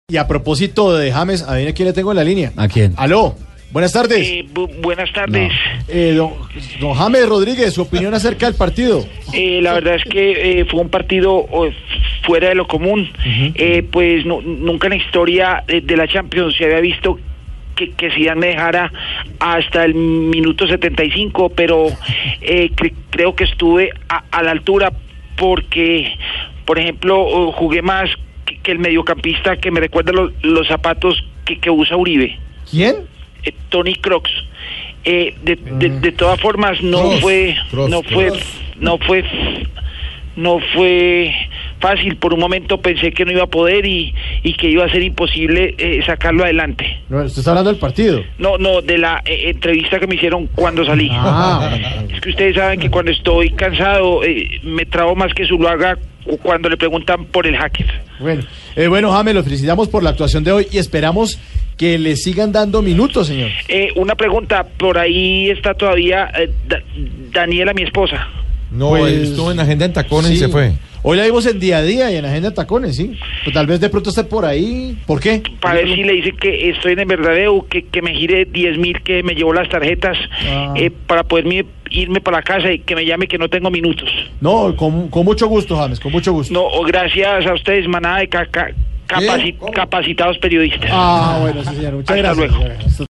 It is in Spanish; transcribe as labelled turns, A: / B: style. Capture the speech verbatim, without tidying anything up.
A: Y a propósito de James, adivina quién le tengo en la línea.
B: ¿A quién?
A: Aló, buenas tardes.
C: Eh, bu buenas tardes.
A: No. Eh, don, don James Rodríguez, su opinión acerca del partido.
C: Eh, la verdad es que eh, fue un partido oh, fuera de lo común. Uh-huh. eh, pues no, nunca en la historia de, de la Champions se había visto que, que Zidane me dejara hasta el minuto setenta y cinco, pero eh, cre creo que estuve a, a la altura porque, por ejemplo, oh, jugué más que el mediocampista que me recuerda los, los zapatos que, que usa Uribe.
A: ¿Quién?
C: Eh, Tony Crocs. Eh, de, de, de todas formas no
D: Cross,
C: fue
D: cross,
C: no fue
D: cross.
C: no fue no fue fácil. Por un momento pensé que no iba a poder y, y que iba a ser imposible eh, sacarlo adelante.
A: No, usted está hablando del partido.
C: No, no, de la eh, entrevista que me hicieron cuando salí.
A: Ah.
C: Es que ustedes saben que cuando estoy cansado eh, me trabo más que Zuluaga cuando le preguntan por el hacker.
A: Bueno, eh, bueno, James, lo felicitamos por la actuación de hoy y esperamos que le sigan dando minutos, señor.
C: Eh, una pregunta, por ahí está todavía eh, da Daniela, mi esposa.
D: No,
A: Pues,
D: él estuvo en Agenda en Tacones
A: sí.
D: y se fue.
A: Hoy la vimos en Día a Día y en Agenda Tacones, sí. Pues tal vez de pronto esté por ahí. ¿Por qué?
C: Para ver si le dicen que estoy en el verdadero, que, que me gire diez mil, que me llevó las tarjetas
A: Ah.
C: eh, para poder irme para la casa y que me llame que no tengo minutos.
A: No, con, con mucho gusto, James, con mucho gusto.
C: No, gracias a ustedes, manada de ca ca capaci
D: ¿Cómo?
C: capacitados periodistas.
A: Ah, bueno, sí, señor. Muchas
C: Hasta
A: gracias.
C: luego.
A: Señor.